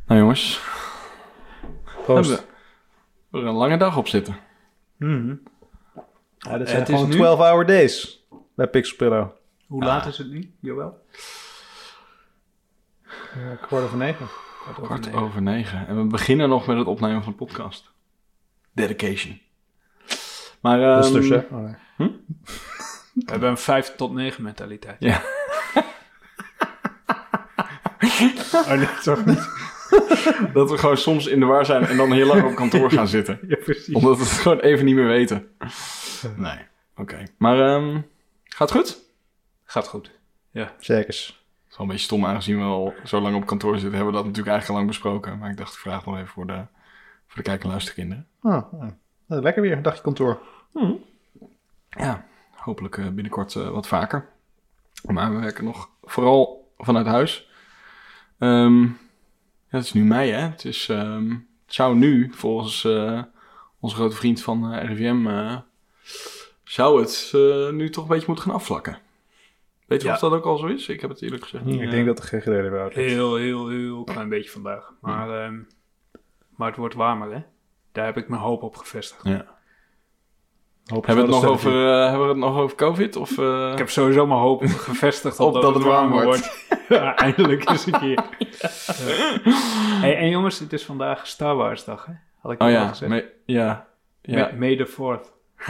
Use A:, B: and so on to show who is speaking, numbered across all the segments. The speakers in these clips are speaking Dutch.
A: Nou jongens,
B: Proost.
A: we hebben er een lange dag op zitten.
B: Mm-hmm. Ja, dat zijn
C: Het is
B: gewoon
C: nu?
B: 12-hour days bij Pixel Pillow.
C: Hoe laat is het nu, Joël?
B: 9:15.
A: Kwart over 9. En we beginnen nog met het opnemen van de podcast. Dedication. Maar,
B: Dat is dus, hè? Oh, nee.
C: We hebben een 5 tot 9 mentaliteit.
A: Ja.
B: Oh, nee, toch niet.
A: Dat we gewoon soms in de war zijn en dan heel lang op kantoor gaan zitten.
B: Ja, precies.
A: Omdat we het gewoon even niet meer weten. Nee, oké. Maar, gaat het goed?
C: Gaat goed.
B: Zekers.
A: Het is wel een beetje stom aangezien we al zo lang op kantoor zitten. Hebben we dat natuurlijk eigenlijk al lang besproken. Maar ik dacht, ik vraag nog even voor de kijk- en luisterkinderen.
B: Lekker weer, een dagje kantoor.
A: Ja, hopelijk binnenkort wat vaker. Maar we werken nog vooral vanuit huis. Ja, het is nu mei, hè? Het zou nu, volgens onze grote vriend van RIVM, zou het nu toch een beetje moeten gaan afvlakken. Weet je
C: Ja.
A: of dat ook al zo is? Ik heb het eerlijk gezegd niet.
B: Ik denk dat er geen reden voor uit is.
C: Heel klein beetje vandaag. Maar het wordt warmer, hè? Daar heb ik mijn hoop op gevestigd.
A: Ja. Hebben we het nog over COVID? Of,
C: Ik heb sowieso mijn hoop gevestigd op dat het warmer wordt. Ja, eindelijk eens een keer. Ja. Hey, en jongens, het is vandaag Star Wars dag, hè? Had ik
A: Oh
C: al
A: ja,
C: gezegd.
A: ja.
C: May the 4th.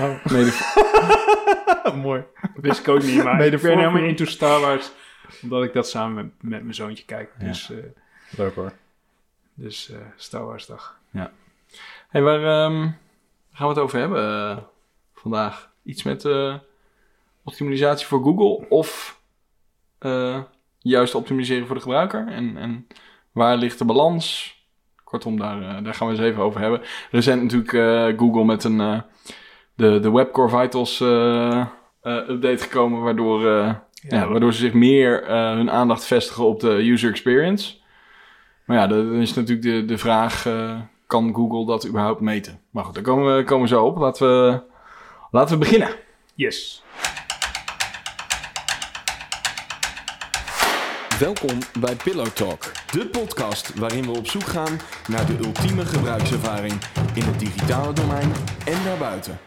B: Mooi.
C: Wist ik ook niet, maar
B: May the
C: ik ben
B: 4th.
C: helemaal into Star Wars. Omdat ik dat samen met mijn zoontje kijk.
A: Ja.
C: Dus,
B: Leuk hoor.
C: Star Wars dag.
A: Hey, waar gaan we het over hebben vandaag? Iets met optimalisatie voor Google of juist optimaliseren voor de gebruiker? En waar ligt de balans? Kortom, daar gaan we eens even over hebben. Recent natuurlijk Google met de Web Core Vitals update gekomen, waardoor ze zich meer hun aandacht vestigen op de user experience. Maar ja, dan is natuurlijk de vraag, kan Google dat überhaupt meten? Maar goed, daar komen we zo op. Laten we beginnen.
C: Yes.
D: Welkom bij Pillow Talk, de podcast waarin we op zoek gaan naar de ultieme gebruikservaring in het digitale domein en daarbuiten.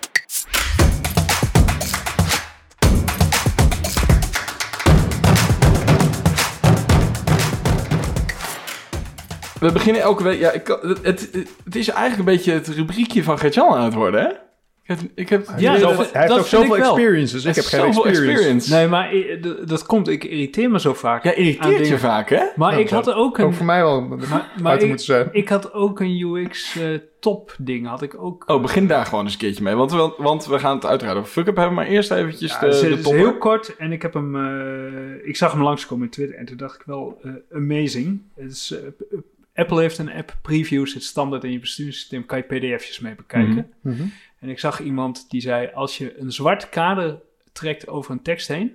A: We beginnen elke week. Ja, het is eigenlijk een beetje het rubriekje van Gert-Jan aan het worden, hè? Ik heb
C: Ja,
B: hij
C: dat
B: heeft ook
C: vind
B: zoveel
C: ik wel.
B: experience, dus ik heb geen
A: zoveel
B: experience.
C: Nee, maar dat komt. Ik irriteer me zo vaak.
A: Ja,
C: aan
A: irriteert je
C: dingen.
A: vaak, hè?
C: Maar ik had ook
B: Ook
C: een...
B: voor mij wel
C: Maar
B: uit te moeten zijn.
C: ik had ook een UX top ding. Had ik ook...
A: Oh, begin daar gewoon eens een keertje mee. Want we gaan het uiteraard over fuck-up hebben. Maar eerst eventjes
C: Ja,
A: de
C: het is
A: topper.
C: heel kort en ik heb hem... ik zag hem langskomen in Twitter en toen dacht ik wel... amazing. Het is, Apple heeft een app, Preview, zit standaard in je besturingssysteem. Kan je pdf'jes mee bekijken.
B: Mhm.
C: En ik zag iemand die zei... Als je een zwart kader trekt over een tekst heen...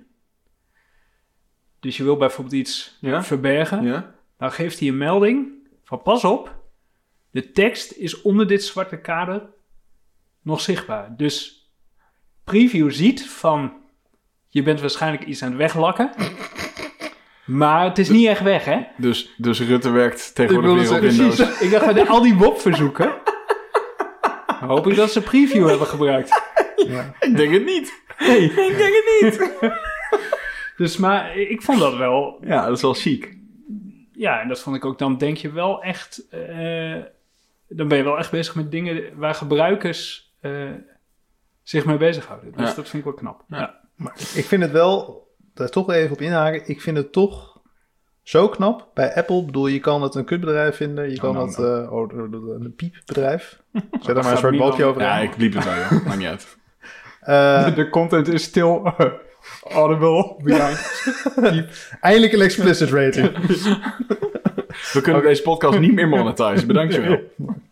C: Dus je wil bijvoorbeeld iets
A: Ja?
C: verbergen...
A: Ja?
C: Dan geeft hij een melding van pas op, de tekst is onder dit zwarte kader nog zichtbaar. Dus Preview ziet van, je bent waarschijnlijk iets aan het weglakken, maar het is niet echt weg, hè?
A: Dus Rutte werkt tegenwoordig
B: Ik
A: weer op
B: wilde
A: Windows.
C: Precies. Ik dacht bij al die WOP-verzoeken, hoop ik dat ze Preview hebben gebruikt.
B: Ja.
A: Ik denk het niet.
C: Nee.
A: Ik denk het niet.
C: Dus, maar ik vond dat wel,
A: Ja, dat is wel chic.
C: ja, en dat vond ik ook, dan denk je wel echt, dan ben je wel echt bezig met dingen waar gebruikers zich mee bezighouden. Dus
A: Ja.
C: dat vind ik wel knap.
A: Ja.
C: Ja.
B: Maar ik vind het wel, daar toch even op inhaken, ik vind het toch zo knap. Bij Apple, bedoel, je kan het een kutbedrijf vinden, je kan het een piepbedrijf. Zet er maar een soort balkje over.
A: Ja, ik bliep het wel, joh. Maakt niet uit.
C: De content is stil audible behind.
B: Eindelijk een explicit rating.
A: We kunnen deze podcast niet meer monetizen. Bedankt je wel.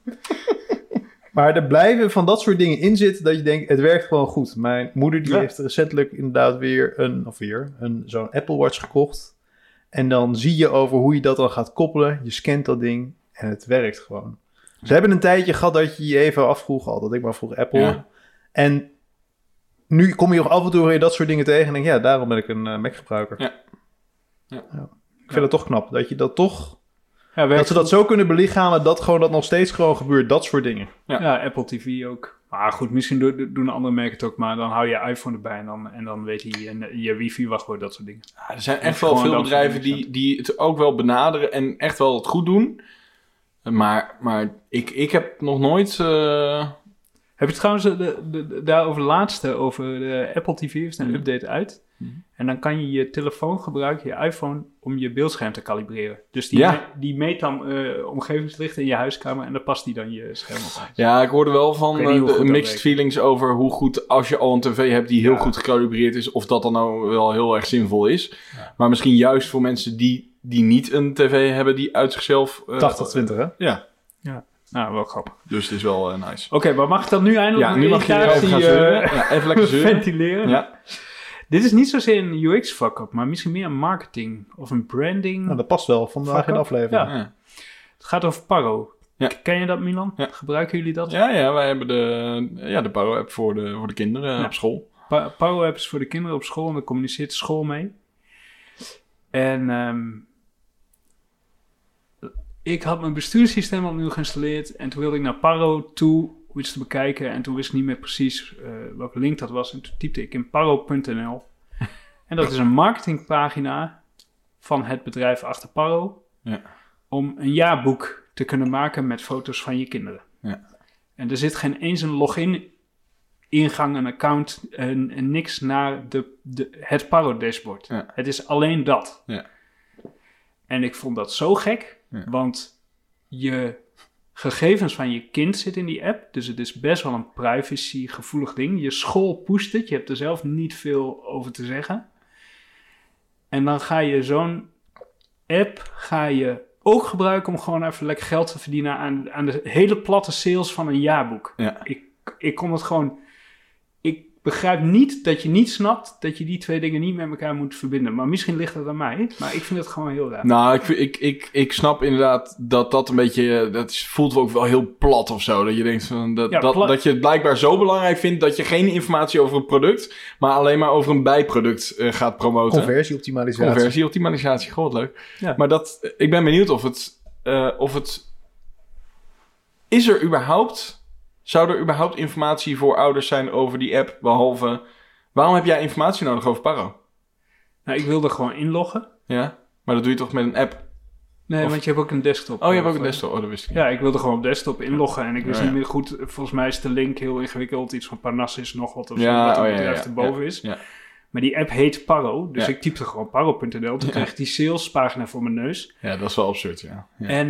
B: Maar er blijven van dat soort dingen in zitten dat je denkt, het werkt gewoon goed. Mijn moeder die
C: Ja.
B: heeft recentelijk inderdaad weer zo'n Apple Watch gekocht. En dan zie je over hoe je dat dan gaat koppelen. Je scant dat ding en het werkt gewoon. Ze hebben een tijdje gehad dat je je even afvroeg, al dat ik maar vroeg Apple.
A: Ja.
B: En nu kom je nog af en toe weer dat soort dingen tegen en denk, ja, daarom ben ik een Mac gebruiker.
A: Ja.
B: Ik vind het toch knap dat je dat toch
C: Ja,
B: Dat ze dat zo kunnen belichamen dat gewoon dat nog steeds gewoon gebeurt. Dat soort dingen.
C: Ja, Apple TV ook. Maar goed, misschien doen andere merken het ook, maar dan hou je iPhone erbij en dan weet hij je wifi-wachtwoord, dat soort dingen.
A: Ja, er zijn echt wel veel bedrijven die het ook wel benaderen en echt wel het goed doen. Maar ik heb nog nooit...
C: Heb je trouwens daarover laatste, over de Apple TV, heeft een update uit. En dan kan je je telefoon gebruiken, je iPhone, om je beeldscherm te kalibreren. Dus die meet dan omgevingslicht in je huiskamer en dan past die dan je scherm op aan.
A: Ja, ik hoorde wel van mixed feelings over hoe goed, als je al een tv hebt die heel goed gekalibreerd is, of dat dan nou wel heel erg zinvol is. Ja. Maar misschien juist voor mensen die niet een tv hebben die uit zichzelf...
B: 80-20, hè?
A: Ja.
C: Nou, wel grappig.
A: Dus het is wel nice.
C: Oké, maar mag ik dan nu eindelijk...
A: Ja, nu mag je even gaan zeuren. Even lekker zeuren.
C: Ventileren.
A: Ja.
C: Dit is niet zozeer een UX-fuck-up, maar misschien meer een marketing of een branding.
B: Nou, dat past wel vandaag in de aflevering.
C: Ja. Het gaat over Paro.
A: Ja.
C: Ken je dat, Milan?
A: Ja.
C: Gebruiken jullie dat?
A: Ja, wij hebben de Paro-app voor de kinderen op school.
C: Paro-app is voor de kinderen op school en daar communiceert de school mee. En ik had mijn bestuurssysteem opnieuw geïnstalleerd en toen wilde ik naar Paro toe om iets te bekijken. En toen wist ik niet meer precies welke link dat was. En toen typte ik in paro.nl. En dat is een marketingpagina van het bedrijf achter Paro. Ja. Om een jaarboek te kunnen maken met foto's van je kinderen. Ja. En er zit geen eens een login, ingang, een account en niks naar het Paro dashboard. Ja. Het is alleen dat. Ja. En ik vond dat zo gek, want je gegevens van je kind zitten in die app. Dus het is best wel een privacy-gevoelig ding. Je school pusht het. Je hebt er zelf niet veel over te zeggen. En dan ga je zo'n app ook gebruiken om gewoon even lekker geld te verdienen aan de hele platte sales van een jaarboek. Ja. Ik kon het gewoon... Ik begrijp niet dat je niet snapt dat je die twee dingen niet met elkaar moet verbinden. Maar misschien ligt dat aan mij. Maar ik vind het gewoon heel raar.
A: Nou, ik snap inderdaad dat een beetje... Dat voelt ook wel heel plat of zo. Dat je denkt van dat je het blijkbaar zo belangrijk vindt dat je geen informatie over een product, maar alleen maar over een bijproduct gaat promoten. Conversieoptimalisatie, goh, wat leuk. Ja. Maar ik ben benieuwd of het... Is er überhaupt... Zou er überhaupt informatie voor ouders zijn over die app, behalve... Waarom heb jij informatie nodig over Paro?
C: Nou, ik wilde gewoon inloggen.
A: Ja, maar dat doe je toch met een app?
C: Nee, want je hebt ook een desktop.
A: Oh, je hebt ook een desktop. Oh, dat wist ik niet.
C: Ja, ik wilde gewoon op desktop inloggen en ik wist niet meer goed... Volgens mij is de link heel ingewikkeld. Iets van Parnassus nog wat of zo, wat het bedrijf erboven is. Ja. Maar die app heet Paro, dus ik typte gewoon paro.nl. Toen kreeg ik die salespagina voor mijn neus.
A: Ja, dat is wel absurd, ja.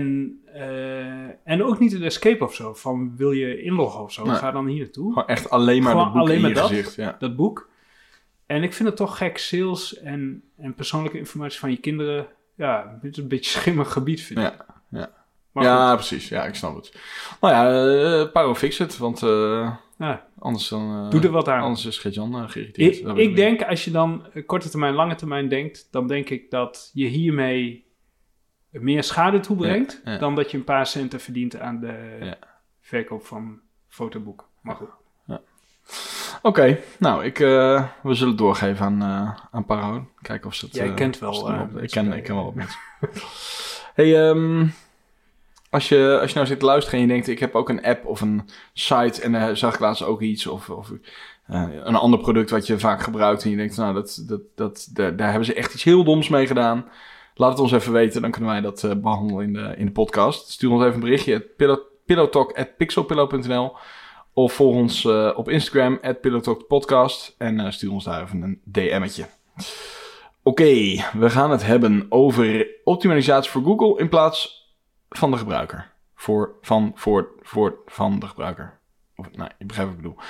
C: En ook niet een escape of zo, van wil je inloggen of zo, ga dan hier naartoe.
A: Gewoon echt alleen maar dat boek in je gezicht. Ja.
C: Dat boek. En ik vind het toch gek, sales en persoonlijke informatie van je kinderen, ja, het is een beetje schimmig gebied, vind ik.
A: Ja. Ja, precies. Ja, ik snap het. Nou ja, Paro fix het, want anders dan...
C: doe er wat aan.
A: Anders is Gert-Jan geïrriteerd.
C: Ik denk, als je dan korte termijn, lange termijn denkt, dan denk ik dat je hiermee meer schade toebrengt dan dat je een paar centen verdient aan de verkoop van fotoboeken. Maar goed.
A: Ja. Oké, nou, we zullen het doorgeven aan Paro. Kijken of ze het...
C: Jij kent wel...
A: ik ken wel wat mensen. Hey, als je nou zit te luisteren en je denkt, ik heb ook een app of een site en daar zag ik laatst ook iets of een ander product wat je vaak gebruikt en je denkt, nou, daar hebben ze echt iets heel doms mee gedaan. Laat het ons even weten, dan kunnen wij dat behandelen in de podcast. Stuur ons even een berichtje, pillowtalk@pixelpillow.nl of volg ons op Instagram @pillowtalkpodcast en stuur ons daar even een DM'tje. Oké, we gaan het hebben over optimalisatie voor Google in plaats van de gebruiker. Van de gebruiker. Je begrijpt wat ik bedoel.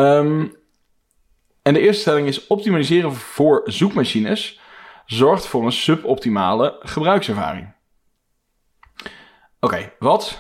A: En de eerste stelling is: optimaliseren voor zoekmachines zorgt voor een suboptimale gebruikservaring. Oké, wat?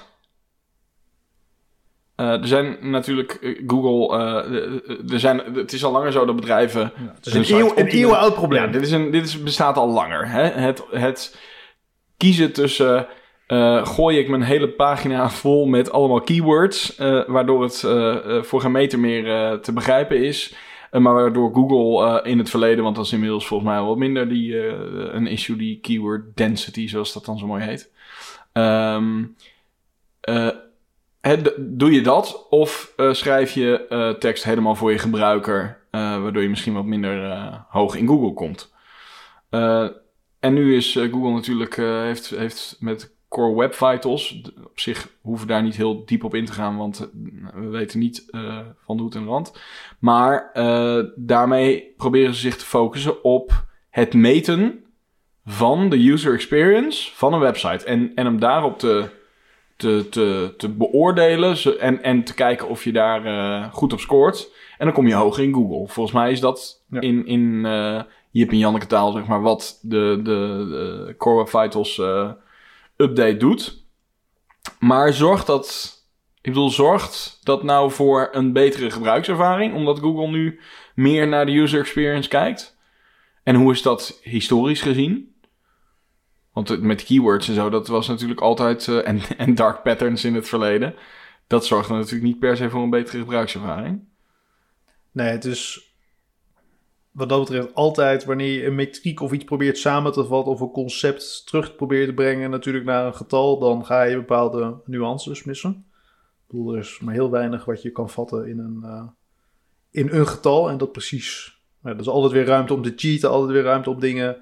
A: Er zijn natuurlijk Google... het is al langer zo dat bedrijven... Ja,
B: het is een eeuwenoud probleem.
A: Ja, dit bestaat al langer. Hè? Het kiezen tussen... gooi ik mijn hele pagina vol met allemaal keywords... waardoor het voor geen meter meer te begrijpen is... maar waardoor Google in het verleden... want dat is inmiddels volgens mij al wat minder... een issue, die keyword density... zoals dat dan zo mooi heet... Doe je dat of schrijf je tekst helemaal voor je gebruiker, waardoor je misschien wat minder hoog in Google komt. En nu is Google natuurlijk heeft met Core Web Vitals, op zich hoeven we daar niet heel diep op in te gaan, want we weten niet van de hoed en rand. Maar daarmee proberen ze zich te focussen op het meten van de user experience van een website. En hem daarop te beoordelen en te kijken of je daar goed op scoort. En dan kom je hoger in Google. Volgens mij is dat in Jip en Janneke taal, zeg maar, wat de Core Web Vitals update doet. Maar zorgt dat nou voor een betere gebruikservaring? Omdat Google nu meer naar de user experience kijkt? En hoe is dat historisch gezien? Want met keywords en zo, dat was natuurlijk altijd... en dark patterns in het verleden. Dat zorgde natuurlijk niet per se voor een betere gebruikservaring.
B: Nee, het is wat dat betreft altijd wanneer je een metriek of iets probeert samen te vatten... of een concept terug probeert te brengen natuurlijk naar een getal... dan ga je bepaalde nuances missen. Ik bedoel, er is maar heel weinig wat je kan vatten in een getal. En dat precies... er is altijd weer ruimte om te cheaten, altijd weer ruimte om dingen...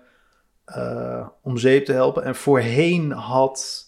B: om zeep te helpen. En voorheen had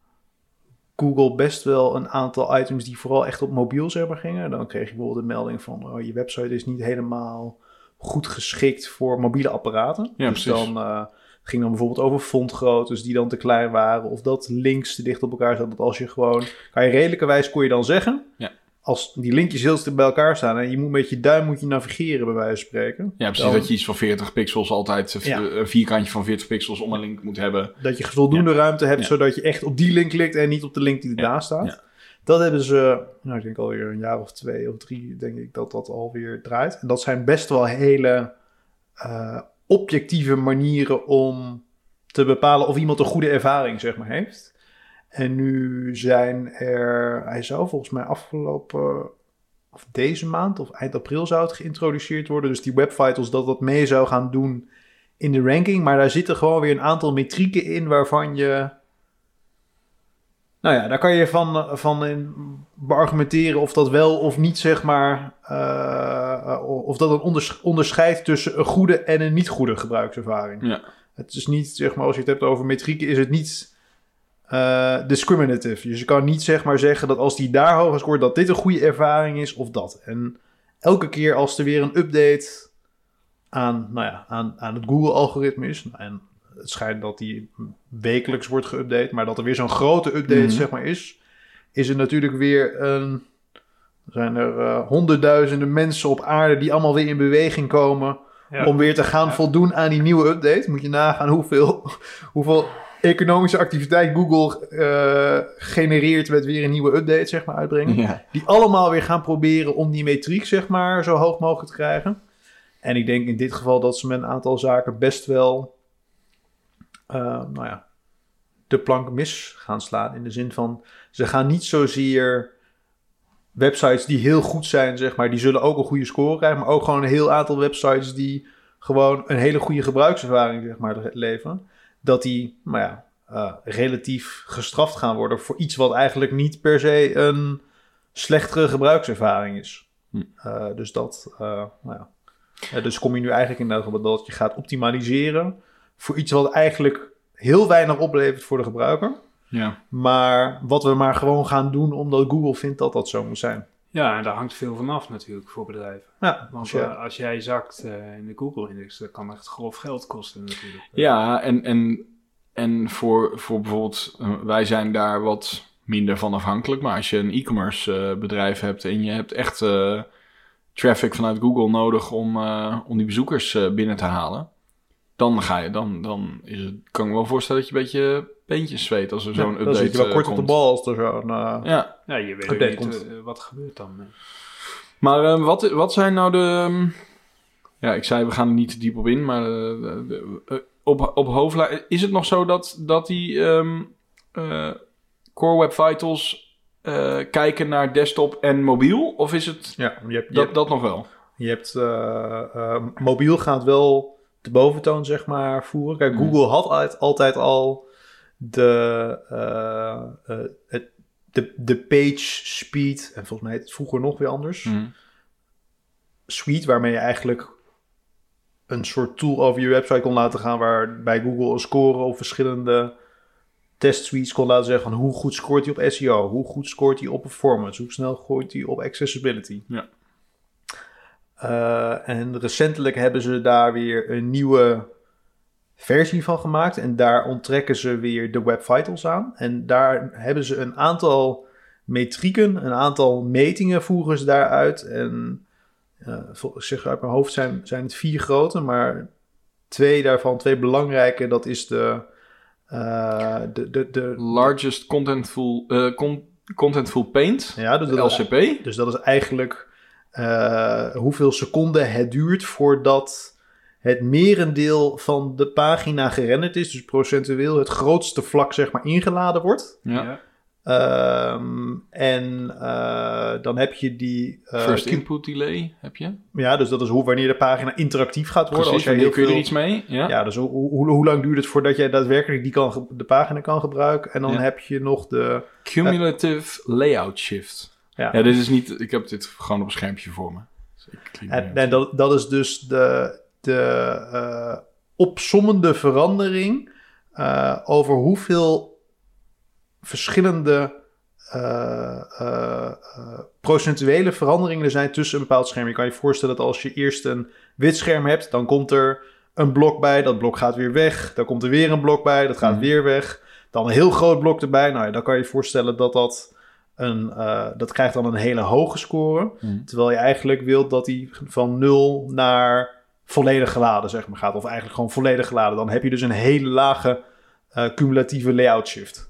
B: Google best wel een aantal items die vooral echt op mobiel zeg maar gingen. Dan kreeg je bijvoorbeeld een melding van je website is niet helemaal goed geschikt voor mobiele apparaten.
A: Ja,
B: dus
A: precies.
B: dan ging dan bijvoorbeeld over fontgroottes die dan te klein waren. Of dat links te dicht op elkaar zaten. Dat als je gewoon, kan je redelijkerwijs kon je dan zeggen.
A: Ja.
B: Als die linkjes heel stil bij elkaar staan en je moet met je duim navigeren bij wijze van spreken.
A: Ja, precies.
B: Dan,
A: dat je iets van 40 pixels altijd... een vierkantje van 40 pixels om een link moet hebben.
B: Dat je voldoende ruimte hebt,
A: Ja.
B: zodat je echt op die link klikt en niet op de link die daar staat.
A: Ja.
B: Dat hebben ze, ik denk alweer een jaar of 2 of 3, denk ik dat alweer draait. En dat zijn best wel hele objectieve manieren om te bepalen of iemand een goede ervaring zeg maar heeft. En nu zijn hij zou volgens mij afgelopen, of deze maand of eind april zou het geïntroduceerd worden. Dus die Web Vitals dat mee zou gaan doen in de ranking. Maar daar zitten gewoon weer een aantal metrieken in waarvan je... Nou ja, daar kan je van in beargumenteren of dat wel of niet, zeg maar... of dat een onderscheidt tussen een goede en een niet goede gebruikservaring.
A: Ja.
B: Het is niet, zeg maar, als je het hebt over metrieken, is het niet discriminative. Dus je kan niet, zeg maar, zeggen dat als die daar hoger scoort, dat dit een goede ervaring is of dat. En elke keer als er weer een update aan het Google-algoritme is... en het schijnt dat die wekelijks wordt geüpdate, maar dat er weer zo'n grote update zeg maar is er natuurlijk weer zijn er honderdduizenden mensen op aarde die allemaal weer in beweging komen om weer te gaan voldoen aan die nieuwe update. Moet je nagaan hoeveel economische activiteit Google genereert met weer een nieuwe update zeg maar uitbrengen.
A: Ja.
B: Die allemaal weer gaan proberen om die metriek zeg maar zo hoog mogelijk te krijgen. En ik denk in dit geval dat ze met een aantal zaken best wel de plank mis gaan slaan. In de zin van, ze gaan niet zozeer websites die heel goed zijn, zeg maar, die zullen ook een goede score krijgen, maar ook gewoon een heel aantal websites die gewoon een hele goede gebruikservaring, zeg maar, leveren. Dat die, relatief gestraft gaan worden voor iets wat eigenlijk niet per se een slechtere gebruikservaring is. Dus dat, dus kom je nu eigenlijk inderdaad op dat je gaat optimaliseren voor iets wat eigenlijk heel weinig oplevert voor de gebruiker.
A: Ja.
B: Maar wat we maar gewoon gaan doen omdat Google vindt dat dat zo moet zijn.
C: Ja, en daar hangt veel van af natuurlijk voor bedrijven.
B: Ja,
C: Want als jij zakt in de Google-index, dat kan echt grof geld kosten natuurlijk.
A: Ja, en voor bijvoorbeeld, wij zijn daar wat minder van afhankelijk. Maar als je een e-commerce bedrijf hebt en je hebt echt traffic vanuit Google nodig om die bezoekers binnen te halen, dan is het, kan ik me wel voorstellen dat je een beetje peentjes zweet als er zo'n update komt.
B: Dan zit je wel kort op de bal als er zo'n...
A: Ja,
C: je weet ook niet wat gebeurt dan.
A: maar wat zijn nou de... ik zei we gaan er niet te diep op in, maar op hoofdlijn... Is het nog zo dat die Core Web Vitals kijken naar desktop en mobiel? Of is het dat nog wel?
B: Je hebt... mobiel gaat wel de boventoon, zeg maar, voeren. Kijk, Google had altijd al de page speed, en volgens mij heet het vroeger nog weer anders, suite, waarmee je eigenlijk een soort tool over je website kon laten gaan, waar bij Google een score op verschillende testsuites kon laten zeggen van hoe goed scoort hij op SEO, hoe goed scoort hij op performance, hoe snel gooit hij op accessibility.
A: Ja.
B: En recentelijk hebben ze daar weer een nieuwe versie van gemaakt en daar onttrekken ze weer de Web Vitals aan. En daar hebben ze een aantal metrieken, een aantal metingen voeren ze daaruit. En ik zeg uit mijn hoofd zijn het 4 grote, maar 2 daarvan, 2 belangrijke, dat is de
A: Largest Contentful Paint,
B: ja, dus
A: de LCP.
B: Dus dat is eigenlijk hoeveel seconden het duurt voordat het merendeel van de pagina gerenderd is. Dus procentueel het grootste vlak zeg maar ingeladen wordt.
A: Ja.
B: Dan heb je die...
A: First input delay heb je.
B: Ja, dus dat is wanneer de pagina interactief gaat worden.
A: Precies,
B: als jij
A: kun je er iets mee.
B: Ja, dus hoe lang duurt het voordat jij daadwerkelijk de pagina kan gebruiken. En dan heb je nog de...
A: Cumulative layout shift. Ja, dit is niet... Ik heb dit gewoon op een schermpje voor me.
B: En dat is dus de opsommende verandering over hoeveel verschillende procentuele veranderingen er zijn tussen een bepaald scherm. Je kan je voorstellen dat als je eerst een wit scherm hebt, dan komt er een blok bij, dat blok gaat weer weg. Dan komt er weer een blok bij, dat gaat weer weg. Dan een heel groot blok erbij. Nou ja, dan kan je je voorstellen dat krijgt dan een hele hoge score. Terwijl je eigenlijk wilt dat die van 0 naar volledig geladen zeg maar gaat. Of eigenlijk gewoon volledig geladen. Dan heb je dus een hele lage cumulatieve layout shift.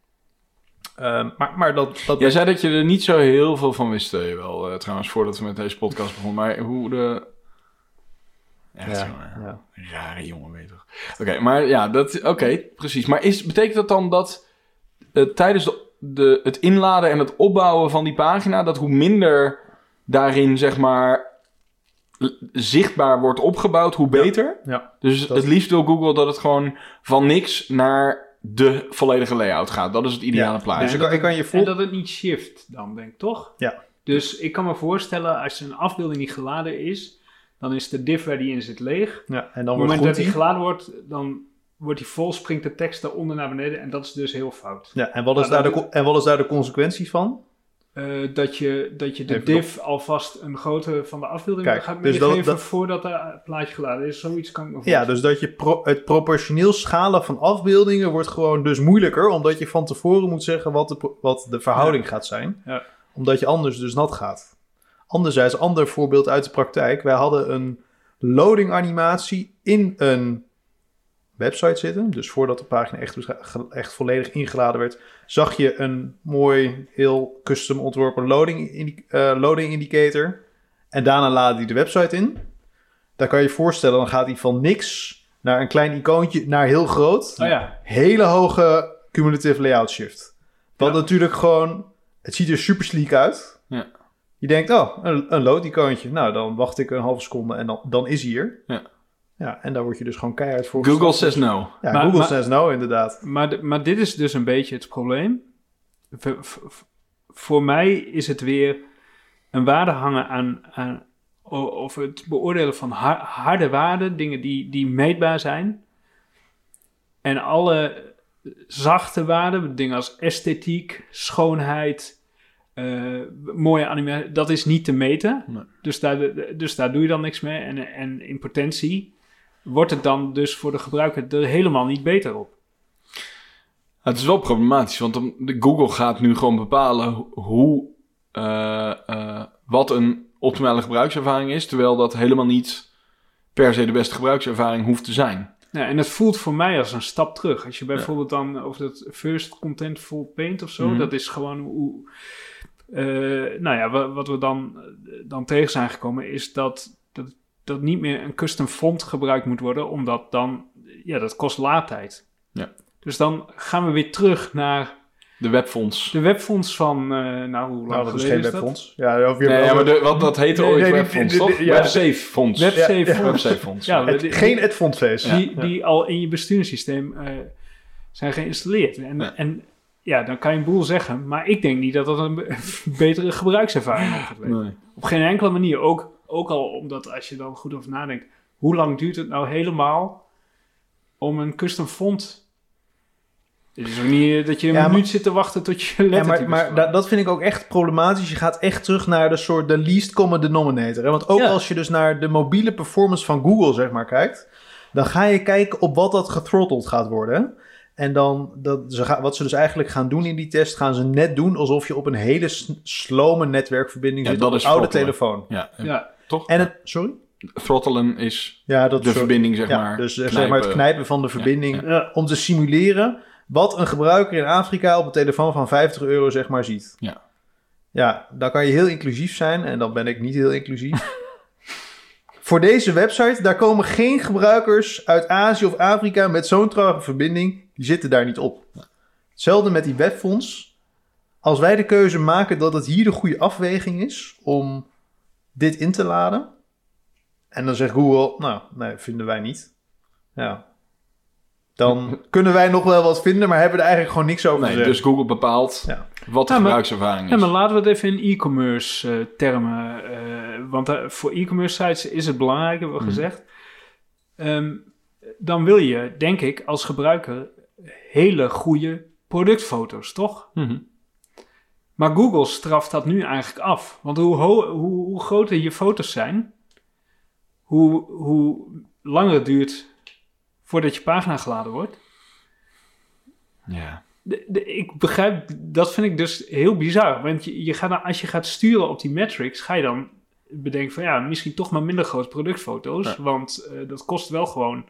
B: Maar dat...
A: Jij zei dat je er niet zo heel veel van wist, wel trouwens, voordat we met deze podcast begonnen. Maar hoe de... Echt, ja. Rare jongen, weet je toch. Oké, maar ja, precies. Maar betekent dat dan dat tijdens het inladen en het opbouwen van die pagina, dat hoe minder daarin, zeg maar, zichtbaar wordt opgebouwd, hoe beter?
B: Ja.
A: Dus het liefst wil Google dat het gewoon van niks naar de volledige layout gaat. Dat is het ideale plaatje.
B: Dus
C: en dat het niet shift dan, denk ik, toch?
B: Ja.
C: Dus ik kan me voorstellen, als een afbeelding niet geladen is, dan is de div waar die in zit leeg.
B: Ja, en dan
C: op het moment dat die geladen wordt, dan wordt die vol, springt de tekst daaronder naar beneden en dat is dus heel fout.
B: Ja, en wat is daar de consequentie van?
C: Dat je de div alvast een grootte van de afbeelding gaat meegeven voordat het plaatje geladen is. Zoiets kan ik me voorstellen.
B: Ja, dus dat je het proportioneel schalen van afbeeldingen wordt gewoon dus moeilijker, omdat je van tevoren moet zeggen wat de verhouding gaat zijn.
C: Ja.
B: Omdat je anders dus nat gaat. Anderzijds, ander voorbeeld uit de praktijk. Wij hadden een loading animatie in een website zitten. Dus voordat de pagina echt volledig ingeladen werd, zag je een mooi, heel custom ontworpen loading indicator. En daarna laadde hij de website in. Dan kan je je voorstellen, dan gaat hij van niks naar een klein icoontje naar heel groot.
C: Oh ja.
B: Hele hoge cumulative layout shift. Wat natuurlijk gewoon, het ziet er super sleek uit.
A: Ja.
B: Je denkt, een load-icoontje. Nou, dan wacht ik een halve seconde en dan is hij hier. Ja, en daar word je dus gewoon keihard voor.
A: Google says no.
B: Ja, Google says no, inderdaad.
C: Maar dit is dus een beetje het probleem. Voor mij is het weer een waarde hangen aan of het beoordelen van harde waarden, dingen die meetbaar zijn. En alle zachte waarden, dingen als esthetiek, schoonheid, mooie animatie, dat is niet te meten. Nee. Dus daar doe je dan niks mee. En in potentie wordt het dan dus voor de gebruiker er helemaal niet beter op.
A: Het is wel problematisch, want Google gaat nu gewoon bepalen wat een optimale gebruikservaring is, terwijl dat helemaal niet per se de beste gebruikservaring hoeft te zijn.
C: Ja, en het voelt voor mij als een stap terug. Als je bijvoorbeeld dan over dat First Contentful Paint of zo, dat is gewoon hoe... wat we dan tegen zijn gekomen is dat niet meer een custom font gebruikt moet worden, omdat dan, dat kost laadtijd.
A: Ja.
C: Dus dan gaan we weer terug naar
A: de webfonts.
C: De webfonts van, hoe lang
B: dat is geen webfonts. Ja,
A: dat heette ooit webfonts, toch? Websafe fonts.
C: Websafe fonts.
B: Ja, geen adfontface.
C: Die al in je bestuurssysteem zijn geïnstalleerd.
A: Ja.
C: En ja, dan kan je een boel zeggen. Maar ik denk niet dat dat een betere gebruikservaring gaat leveren.
A: Nee.
C: Op geen enkele manier. Ook al omdat als je dan goed over nadenkt. Hoe lang duurt het nou helemaal om een custom font... Het is ook niet dat je een minuut zit te wachten tot je lettertypes
B: maar dat vind ik ook echt problematisch. Je gaat echt terug naar de least common denominator. Hè? Want ook als je dus naar de mobiele performance van Google, zeg maar, kijkt... dan ga je kijken op wat dat gethrottled gaat worden. En dan, wat ze dus eigenlijk gaan doen in die test... gaan ze net doen alsof je op een hele slome netwerkverbinding zit... op een oude telefoon.
A: Ja. Toch?
B: En sorry?
A: Throttelen is de verbinding, zeg maar.
B: Dus zeg maar het knijpen van de verbinding... om te simuleren... wat een gebruiker in Afrika op een telefoon van €50 zeg maar ziet. Ja, dan kan je heel inclusief zijn. En dan ben ik niet heel inclusief. Voor deze website, daar komen geen gebruikers uit Azië of Afrika met zo'n trage verbinding. Die zitten daar niet op. Hetzelfde met die webfonts. Als wij de keuze maken dat het hier de goede afweging is om dit in te laden. En dan zegt Google, nou, nee, vinden wij niet. Ja. Dan kunnen wij nog wel wat vinden, maar hebben er eigenlijk gewoon niks over te zeggen.
A: Dus Google bepaalt wat de gebruikservaring is.
C: Ja, maar laten we het even in e-commerce termen. Want voor e-commerce sites is het belangrijk, hebben we gezegd. Dan wil je, denk ik, als gebruiker hele goede productfoto's, toch?
A: Mm-hmm.
C: Maar Google straft dat nu eigenlijk af. Want hoe groter je foto's zijn, hoe langer het duurt voordat je pagina geladen wordt.
A: Ja.
C: Ik begrijp, dat vind ik dus heel bizar. Want je gaat dan, als je gaat sturen op die metrics, ga je dan bedenken van misschien toch maar minder grote productfoto's. Ja. Want dat kost wel gewoon,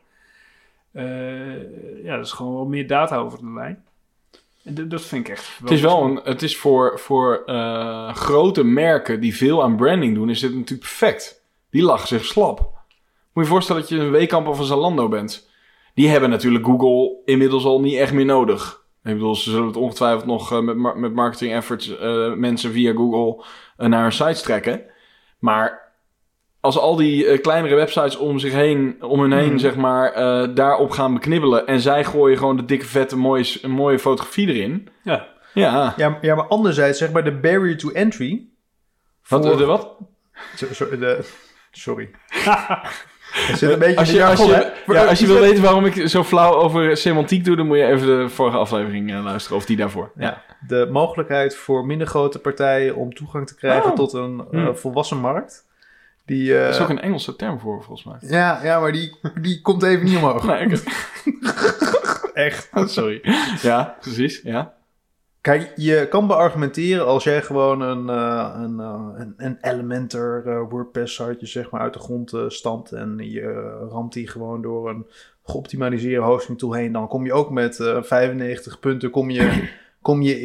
C: dat is gewoon wel meer data over de lijn. En dat vind ik echt wel.
A: Het is voor grote merken die veel aan branding doen, is dit natuurlijk perfect. Die lachen zich slap. Moet je voorstellen dat je een Wekamp of een Zalando bent. Die hebben natuurlijk Google inmiddels al niet echt meer nodig. Ik bedoel, ze zullen het ongetwijfeld nog met marketing efforts mensen via Google naar hun sites trekken. Maar als al die kleinere websites om hun heen, zeg maar, daarop gaan beknibbelen en zij gooien gewoon de dikke vette mooie fotografie erin. Ja,
B: maar anderzijds, zeg maar, de barrier to entry.
A: Wat?
B: Sorry. Het zit een beetje
A: als je wil weten waarom ik zo flauw over semantiek doe, dan moet je even de vorige aflevering luisteren, of die daarvoor.
B: Ja. De mogelijkheid voor minder grote partijen om toegang te krijgen tot een volwassen markt. Er
A: is ook een Engelse term voor, volgens mij.
B: Ja, maar die komt even niet omhoog.
A: Nee,
B: echt.
A: Sorry. Ja, precies, ja.
B: Kijk, je kan beargumenteren als jij gewoon een Elementor WordPress siteje zeg maar uit de grond stampt en je ramt die gewoon door een geoptimaliseerde hosting tool heen, dan kom je ook met 95 punten kom je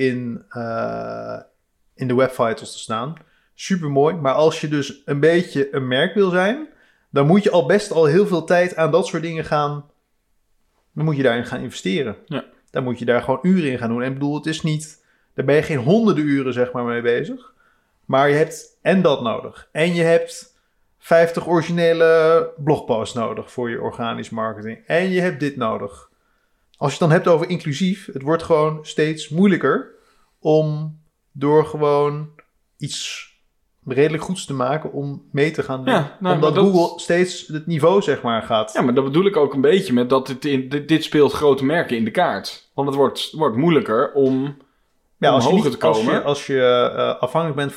B: in de webvitals te staan. Supermooi, maar als je dus een beetje een merk wil zijn, dan moet je al best heel veel tijd aan dat soort dingen dan moet je daarin gaan investeren.
A: Ja.
B: Dan moet je daar gewoon uren in gaan doen. En ik bedoel, het is niet, daar ben je geen honderden uren zeg maar mee bezig. Maar je hebt dat nodig. En je hebt 50 originele blogposts nodig voor je organisch marketing. En je hebt dit nodig. Als je het dan hebt over inclusief, het wordt gewoon steeds moeilijker om door gewoon iets redelijk goeds te maken om mee te gaan doen.
A: Ja,
B: omdat Google steeds het niveau zeg maar gaat.
A: Ja, maar dat bedoel ik ook een beetje met dat dit speelt grote merken in de kaart. Want het wordt moeilijker om hoger te komen.
B: Als je afhankelijk bent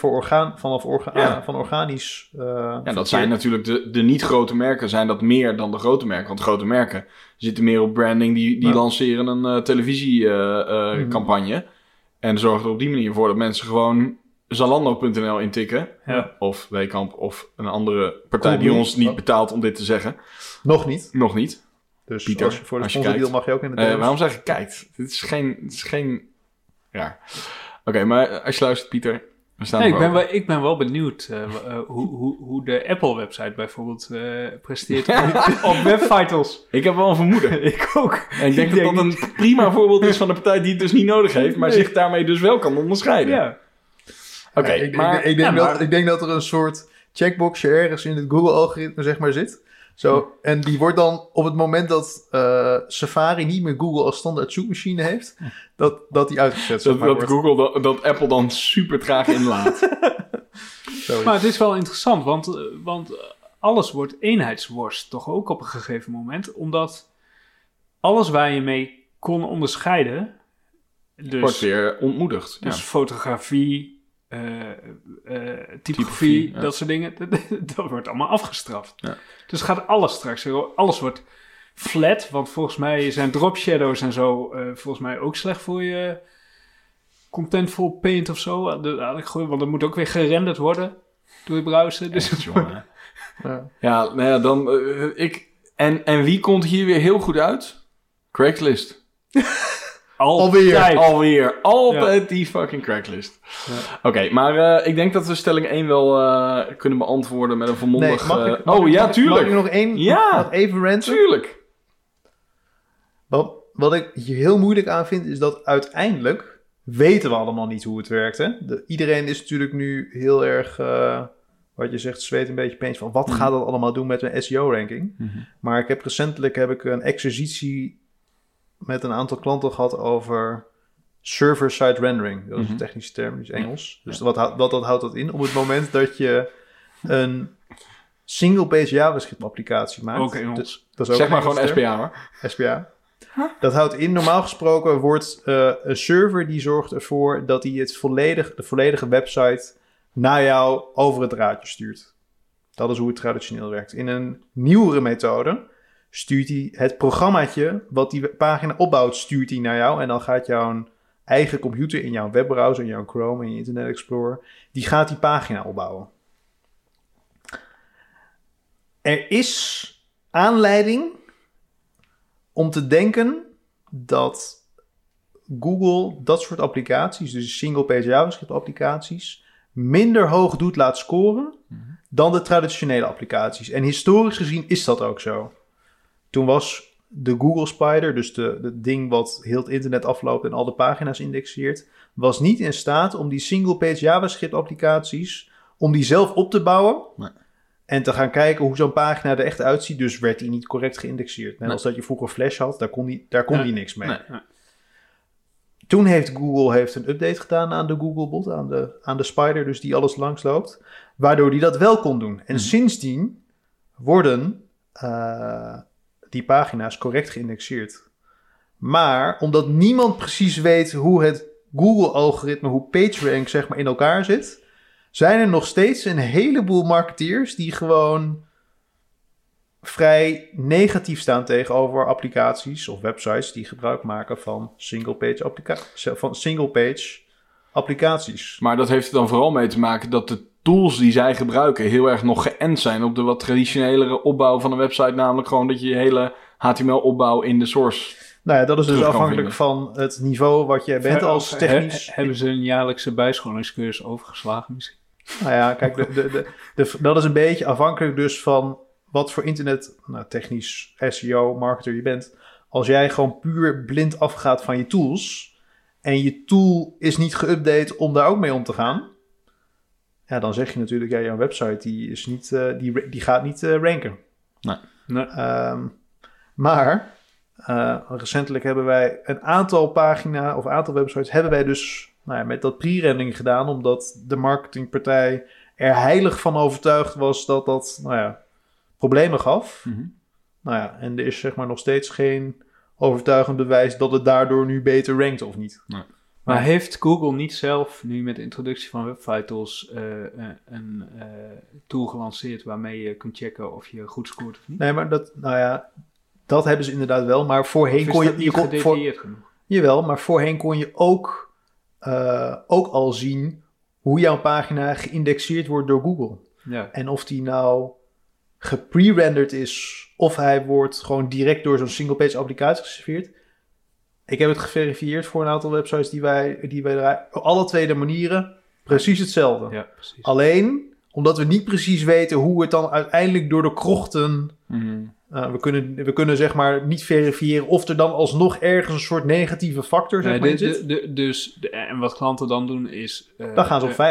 B: van organisch...
A: dat zijn natuurlijk de niet grote merken zijn dat meer dan de grote merken. Want grote merken zitten meer op branding. Die lanceren een televisiecampagne. En zorgen er op die manier voor dat mensen gewoon Zalando.nl intikken.
C: Ja.
A: Of Wekamp of een andere partij die ons niet betaalt om dit te zeggen.
B: Nog niet.
A: Dus
B: Pieter, als je voor de sponsordeal mag je ook in de thema's.
A: Waarom zeg je kijkt? Dit is geen... Ja. Oké, maar als je luistert, Pieter...
C: Ik ben wel benieuwd hoe de Apple-website bijvoorbeeld presteert op webvitals.
A: Ik heb wel een vermoeden.
C: Ik ook.
A: En ik denk dat een prima voorbeeld is van een partij die het dus niet nodig heeft, maar zich daarmee dus wel kan onderscheiden.
C: Ja.
B: Ik denk dat er een soort checkboxje ergens in het Google-algoritme zeg maar zit. Zo, en die wordt dan op het moment dat Safari niet meer Google als standaard zoekmachine heeft, dat die uitgezet zeg maar,
A: Dat
B: wordt.
A: Google, dat Apple dan super traag inlaat.
B: Zoiets.
C: Maar het is wel interessant, want alles wordt eenheidsworst, toch ook op een gegeven moment. Omdat alles waar je mee kon onderscheiden,
A: Wordt
C: dus
A: weer ontmoedigd. Ja.
C: fotografie, typografie,
A: Typografie, ja.
C: dat soort dingen, dat wordt allemaal afgestraft.
A: Ja.
C: Dus gaat alles straks, alles wordt flat, want volgens mij zijn drop shadows en zo volgens mij ook slecht voor je Contentful Paint of zo. Want dat moet ook weer gerenderd worden door je browser. Dus
A: Echt, jongen.
B: Ja.
A: Ja, nou ja, dan En wie komt hier weer heel goed uit? Craigslist.
C: Altijd.
A: Altijd die fucking Craigslist.
C: Ja.
A: Oké, maar ik denk dat we stelling 1 wel kunnen beantwoorden met een volmondig...
B: Nee, mag ik
A: tuurlijk.
B: Mag ik nog één nog even ranten?
A: Tuurlijk.
B: Wat ik hier heel moeilijk aan vind, is dat uiteindelijk weten we allemaal niet hoe het werkt. Hè? Iedereen is natuurlijk nu heel erg, wat je zegt, zweet een beetje peens van wat gaat dat allemaal doen met een SEO-ranking.
A: Mm-hmm.
B: Maar recentelijk heb ik een exercitie met een aantal klanten gehad over server-side rendering. Dat is een technische term, die is Engels. Dus wat houdt dat in? Op het moment dat je een single-page JavaScript-applicatie maakt.
C: Ook Engels.
B: Dat is ook
A: Zeg maar
B: een
A: gewoon
B: Engels term.
A: SPA hoor.
B: SPA. Dat houdt in, normaal gesproken wordt een server die zorgt ervoor dat hij de volledige website naar jou over het draadje stuurt. Dat is hoe het traditioneel werkt. In een nieuwere methode stuurt hij het programmaatje wat die pagina opbouwt, stuurt hij naar jou. En dan gaat jouw eigen computer in jouw webbrowser, in jouw Chrome, in je Internet Explorer, die gaat die pagina opbouwen. Er is aanleiding om te denken dat Google dat soort applicaties, dus single-page JavaScript applicaties, minder hoog doet laat scoren dan de traditionele applicaties. En historisch gezien is dat ook zo. Toen was de Google Spider, dus de ding wat heel het internet afloopt en al de pagina's indexeert, was niet in staat om die single-page JavaScript applicaties, om die zelf op te bouwen.
A: Nee.
B: En te gaan kijken hoe zo'n pagina er echt uitziet. Dus werd die niet correct geïndexeerd. Net als dat je vroeger Flash had, daar kon die niks mee.
A: Nee.
B: Toen heeft Google een update gedaan aan de Googlebot, aan de Spider, dus die alles langsloopt. Waardoor die dat wel kon doen. En sindsdien worden die pagina's correct geïndexeerd. Maar omdat niemand precies weet hoe het Google-algoritme, hoe PageRank zeg maar in elkaar zit, zijn er nog steeds een heleboel marketeers die gewoon vrij negatief staan tegenover applicaties of websites die gebruik maken van single-page applicaties.
A: Maar dat heeft er dan vooral mee te maken dat de tools die zij gebruiken heel erg nog geënt zijn op de wat traditionelere opbouw van een website. Namelijk gewoon dat je je hele HTML-opbouw in de source...
B: Nou ja, dat is dus
A: terug kan
B: afhankelijk van het niveau wat je bent als technisch...
C: Hebben ze een jaarlijkse bijscholingscursus overgeslagen misschien?
B: Nou ja, kijk, dat is een beetje afhankelijk dus van wat voor technisch SEO-marketer je bent. Als jij gewoon puur blind afgaat van je tools en je tool is niet geüpdate om daar ook mee om te gaan, ja, dan zeg je natuurlijk, ja, jouw website die gaat niet ranken.
A: Nee.
B: Maar recentelijk hebben wij een aantal aantal websites hebben wij dus met dat pre-rendering gedaan, omdat de marketingpartij er heilig van overtuigd was dat problemen gaf.
A: Mm-hmm.
B: En er is zeg maar nog steeds geen overtuigend bewijs dat het daardoor nu beter rankt of niet.
A: Nee.
C: Maar heeft Google niet zelf nu met de introductie van WebVitals een tool gelanceerd waarmee je kunt checken of je goed scoort of niet?
B: Nee, maar dat hebben ze inderdaad wel. Maar voorheen kon je
C: gedetailleerd genoeg?
B: Jawel, maar voorheen kon je ook al zien hoe jouw pagina geïndexeerd wordt door Google.
C: Ja.
B: En of die nou gepre-rendered is of hij wordt gewoon direct door zo'n single-page applicatie geserveerd. Ik heb het geverifieerd voor een aantal websites die wij alle twee de manieren precies hetzelfde.
C: Ja, precies.
B: Alleen omdat we niet precies weten hoe het dan uiteindelijk door de krochten...
A: Mm-hmm.
B: We kunnen zeg maar niet verifiëren of er dan alsnog ergens een soort negatieve factor zeg maar, in zit.
C: En wat klanten dan doen is...
B: Dan gaan ze op veilig.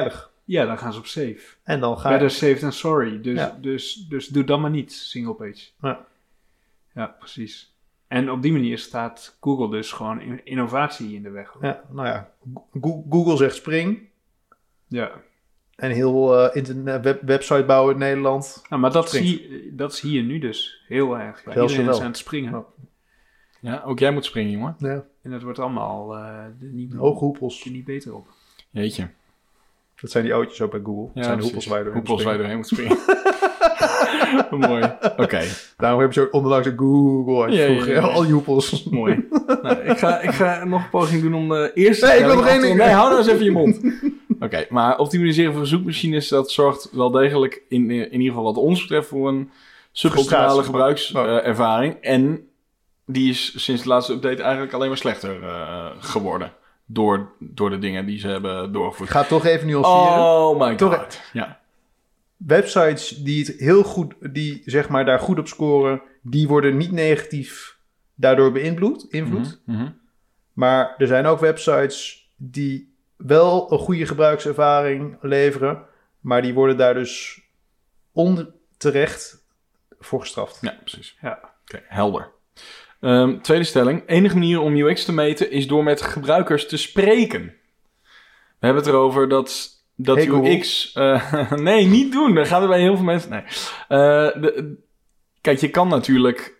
C: Ja, dan gaan ze op save.
B: En dan ga
C: Better
B: je...
C: safe than sorry.
B: Ja.
C: Dus doe dan maar niet, single page. Ja, precies. En op die manier staat Google dus gewoon innovatie in de weg.
B: Ja, nou ja, Google zegt spring.
C: Ja.
B: En heel website bouwen in Nederland.
C: Nou, maar dat
B: Springt.
C: zie je nu dus heel erg. Ja,
B: Zelfs
C: iedereen
B: wel.
C: is aan het springen.
B: Ja.
A: Ja, ook jij moet springen, jongen.
B: Ja,
C: En het wordt allemaal niet
B: hooghoepels.
C: niet beter op.
A: Jeetje.
B: Dat zijn die ootjes ook bij Google. Dat zijn de hoepels waar je doorheen
A: Hoepels waar je
B: springt.
A: doorheen moet springen. Mooi. Oké.
B: Daarom hebben ze ook onderlangs een Google uit
A: Ja,
B: vroeger.
A: ja, ja.
B: Al die hoepels.
A: Mooi. Nou, ik ga nog een poging doen om de eerste...
B: Nee, ik wil
A: stelling
B: nog één
A: af te-
B: ding.
A: Nee, hou nou eens even je mond. Oké, maar optimaliseren voor zoekmachines, dat zorgt wel degelijk in ieder geval wat ons betreft voor een suboptimale
B: Frustratie.
A: gebruikservaring. En die is sinds de laatste update eigenlijk alleen maar slechter geworden. Door de dingen die ze hebben
B: Ik
A: doorgevoerd.
B: ga het toch even nuanceren.
A: Oh my
B: Toch-
A: god. Ja.
B: Websites die het heel goed, die zeg maar daar goed op scoren, die worden niet negatief daardoor beïnvloed.
A: Mhm.
B: Maar er zijn ook websites die wel een goede gebruikservaring leveren, maar die worden daar dus onterecht voor gestraft.
A: Ja, precies.
C: Ja.
A: Oké, helder. Tweede stelling. Enige manier om UX te meten is door met gebruikers te spreken. We hebben het erover dat
B: Hey, Google.
A: UX... nee, niet doen. Dat gaan er bij heel veel mensen... Nee. Kijk, je kan natuurlijk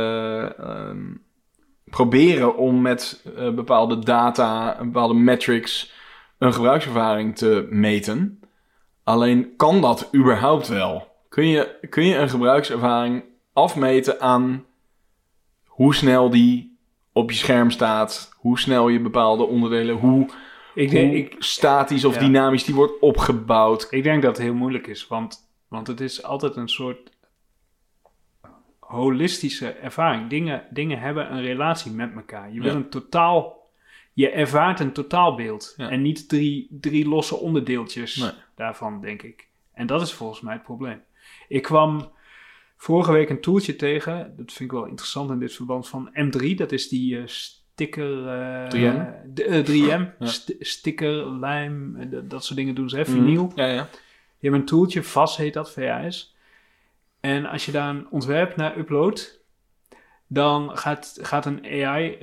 A: proberen om met bepaalde data, bepaalde metrics, een gebruikservaring te meten. Alleen, kan dat überhaupt wel? Kun je een gebruikservaring afmeten aan hoe snel die op je scherm staat, hoe snel je bepaalde onderdelen, hoe statisch of
C: Ja.
A: dynamisch die wordt opgebouwd?
C: Ik denk dat het heel moeilijk is, want het is altijd een soort holistische ervaring. Dingen hebben een relatie met elkaar. Je wil je ervaart een totaalbeeld en niet drie losse onderdeeltjes daarvan, denk ik. En dat is volgens mij het probleem. Ik kwam vorige week een tooltje tegen, dat vind ik wel interessant in dit verband, van M3. Dat is die sticker...
A: 3M?
C: 3M.
A: Ja.
C: Sticker, lijm, dat soort dingen doen ze, hè? Vinyl.
A: Ja.
C: Je hebt een tooltje, VAS heet dat, VAS. En als je daar een ontwerp naar uploadt, dan gaat een AI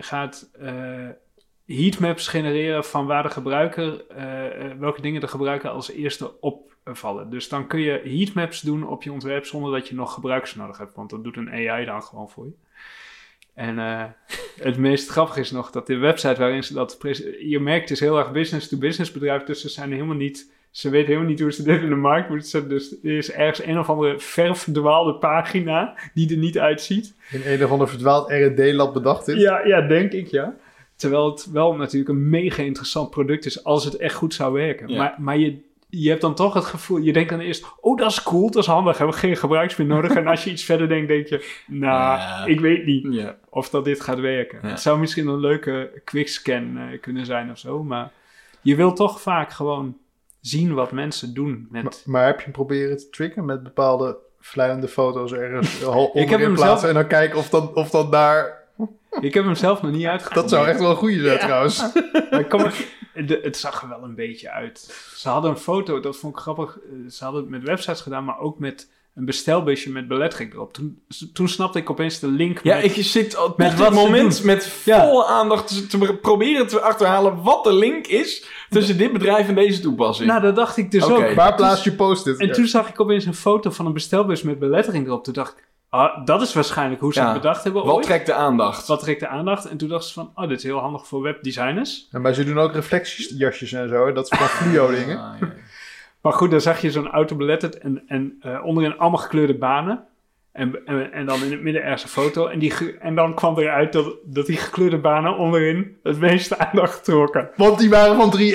C: heatmaps genereren van waar de gebruiker, welke dingen de gebruiker als eerste opvallen. Dus dan kun je heatmaps doen op je ontwerp zonder dat je nog gebruikers nodig hebt, want dat doet een AI dan gewoon voor je. En het meest grappige is nog dat de website waarin ze dat je merkt, het is heel erg business-to-business bedrijf, dus ze weten helemaal niet hoe ze dit in de markt moeten zetten. Dus er is ergens een of andere verfdwaalde pagina die er niet uitziet.
B: In een of ander verdwaald R&D-lab bedacht is.
C: Ja, denk ik, ja. Terwijl het wel natuurlijk een mega interessant product is als het echt goed zou werken.
A: Ja.
C: Maar je hebt dan toch het gevoel, je denkt dan eerst, oh, dat is cool, dat is handig, hebben we geen gebruikers meer nodig. En als je iets verder denkt, denk je, ik weet niet
A: Ja.
C: of dat dit gaat werken.
A: Ja.
C: Het zou misschien een leuke quickscan kunnen zijn of zo, maar je wil toch vaak gewoon zien wat mensen doen met...
B: Maar heb je hem proberen te triggeren met bepaalde verleidende foto's ergens onderin
C: hem
B: plaatsen
C: zelf-
B: en dan kijken of dan daar...
C: Ik heb hem zelf nog niet uitgevoerd.
B: Dat zou echt wel een goede zijn trouwens.
C: Maar het zag er wel een beetje uit. Ze hadden een foto, dat vond ik grappig. Ze hadden het met websites gedaan, maar ook met een bestelbusje met belettering erop. Toen snapte ik opeens de link
A: Ja,
C: met...
A: ik zit op
C: met
A: dit
C: wat ze
A: moment
C: doen.
A: met volle aandacht te proberen te achterhalen wat de link is tussen dit bedrijf en deze toepassing.
C: Nou, dat dacht ik dus
A: Oké.
C: ook.
B: Waar plaats je post-it?
C: En toen zag ik opeens een foto van een bestelbus met belettering erop. Toen dacht ik, dat is waarschijnlijk hoe ze het bedacht hebben
A: Wat
C: ooit.
A: trekt de aandacht?
C: Wat trekt de aandacht? En toen dachten ze van, dit is heel handig voor webdesigners.
B: Ja, maar ze doen ook reflectiejasjes en zo. Dat is van fluo dingen.
A: Ah, ja.
C: Maar goed, dan zag je zo'n auto beletterd en onderin allemaal gekleurde banen. En dan in het midden ergens een foto. En dan kwam eruit dat die gekleurde banen onderin het meeste aandacht trokken.
B: Want die waren van 3M.